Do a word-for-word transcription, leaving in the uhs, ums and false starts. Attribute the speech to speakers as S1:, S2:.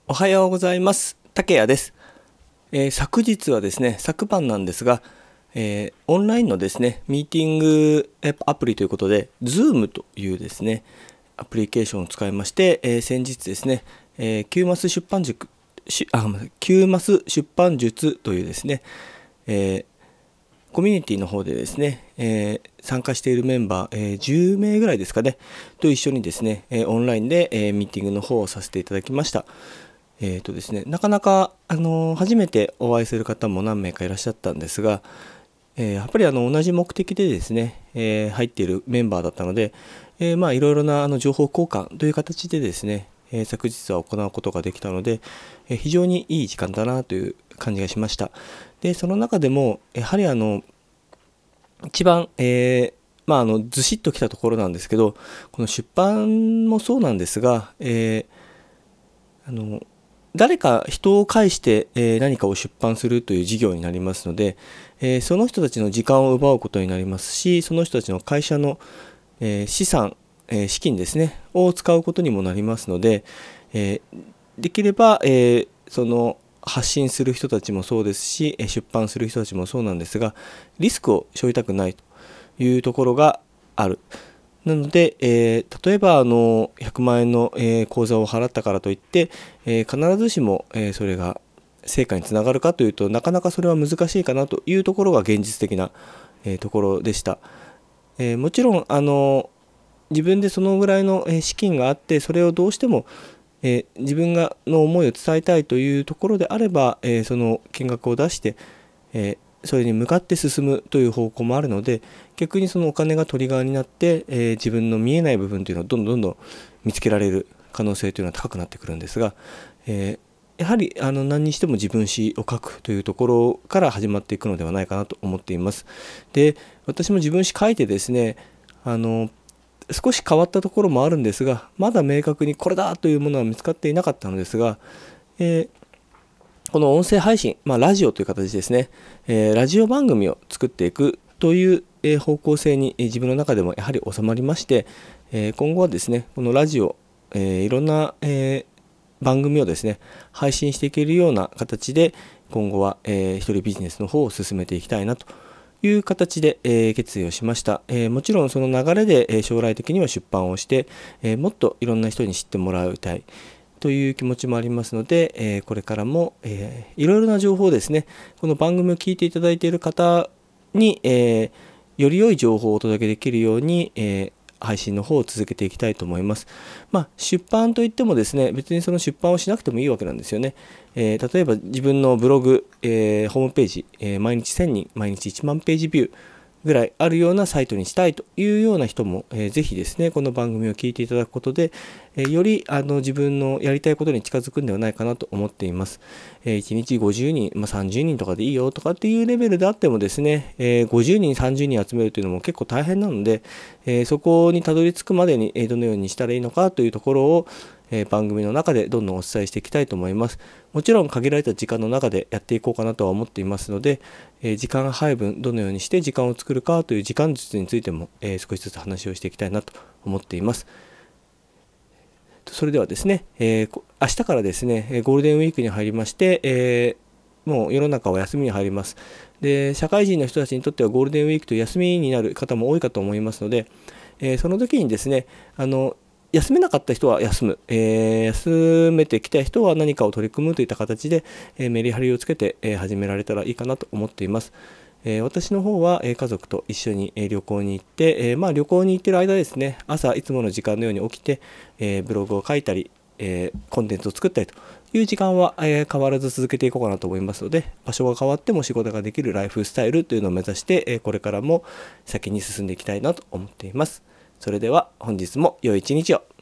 S1: おはようございます。竹谷です。えー昨日はですね、昨晩なんですが、えーオンラインのですね、ミーティングえアプリということで、Zoom というですね、アプリケーションを使いまして、えー先日ですね、えー、キューマス出版塾、しあ、ごめんなさいキューマス出版術というですね、えーコミュニティの方でですね、えー参加しているメンバー、えーじゅうめいぐらいですかね、と一緒にですね、えーオンラインで、えーミーティングの方をさせていただきました。えーとですね、なかなか、あのー初めてお会いする方も何名かいらっしゃったんですが、えーやっぱりあの同じ目的でですね、えー入っているメンバーだったので、えーまあいろいろなあの情報交換という形でですね、えー昨日は行うことができたので、えー非常にいい時間だなという感じがしました。で、その中でも、やはりあの、一番、えーまあ、あのずしっときたところなんですけど、この出版もそうなんですが、えーあの誰か人を介して、えー何かを出版するという事業になりますので、えーその人たちの時間を奪うことになりますし、その人たちの会社の、えー資産、えー資金ですねを使うことにもなりますので、えーできれば、えーその発信する人たちもそうですし、えー出版する人たちもそうなんですが、リスクを背負いたくないというところがある。なので、えー例えばあのひゃくまん円の、えー口座を払ったからといって、えー必ずしも、えーそれが成果につながるかというと、なかなかそれは難しいかなというところが現実的な、えーところでした。えーもちろんあの自分でそのぐらいのえー資金があって、それをどうしても、えー自分がの思いを伝えたいというところであれば、えーその金額を出して、えーそれに向かって進むという方向もあるので、逆にそのお金がトリガーになって、えー自分の見えない部分というのをどんどんどんどん見つけられる可能性というのは高くなってくるんですが、えーやはりあの何にしても自分史を書くというところから始まっていくのではないかなと思っています。で、私も自分史書いてですね、あの少し変わったところもあるんですが、まだ明確にこれだというものは見つかっていなかったのですが、えーこの音声配信、まあ、ラジオという形ですね、えーラジオ番組を作っていくという、えー方向性に、えー自分の中でもやはり収まりまして、えー今後はですね、このラジオ、えーいろんな、えー番組をですね、配信していけるような形で、今後は、えー一人ビジネスの方を進めていきたいなという形で、えー決意をしました。えーもちろんその流れで、えー将来的には出版をして、えーもっといろんな人に知ってもらいたいという気持ちもありますので、えーこれからも、えーいろいろな情報をですね、この番組を聞いていただいている方に、えーより良い情報をお届けできるように、えー配信の方を続けていきたいと思います。まあ、出版といってもですね、別にその出版をしなくてもいいわけなんですよね。えー例えば自分のブログ、えーホームページ、えー毎日せんにん、毎日いちまんページビューぐらいあるようなサイトにしたいというような人も、えーぜひですね、この番組を聞いていただくことで、えーよりあの自分のやりたいことに近づくんではないかなと思っています。えーいちにちごじゅうにん、まあ、さんじゅうにんとかでいいよとかっていうレベルであってもですね、えーごじゅうにん、さんじゅうにん集めるというのも結構大変なので、えーそこにたどり着くまでに、えーどのようにしたらいいのかというところを、えー番組の中でどんどんお伝えしていきたいと思います。もちろん限られた時間の中でやっていこうかなとは思っていますので、えー時間配分、どのようにして時間を作るかという時間術についても、えー少しずつ話をしていきたいなと思っています。それではですね、えー明日からですね、ゴールデンウィークに入りまして、えーもう世の中は休みに入ります。で、社会人の人たちにとってはゴールデンウィークと休みになる方も多いかと思いますので、えーその時にですね、あの休めなかった人は休む、えー休めてきた人は何かを取り組むといった形で、えーメリハリをつけて、えー始められたらいいかなと思っています。えー私の方は、えー家族と一緒に、えー旅行に行って、えーまあ、旅行に行ってる間ですね、朝いつもの時間のように起きて、えーブログを書いたり、えーコンテンツを作ったりという時間は、えー変わらず続けていこうかなと思いますので、場所が変わっても仕事ができるライフスタイルというのを目指して、えーこれからも先に進んでいきたいなと思っています。それでは本日も良い一日を。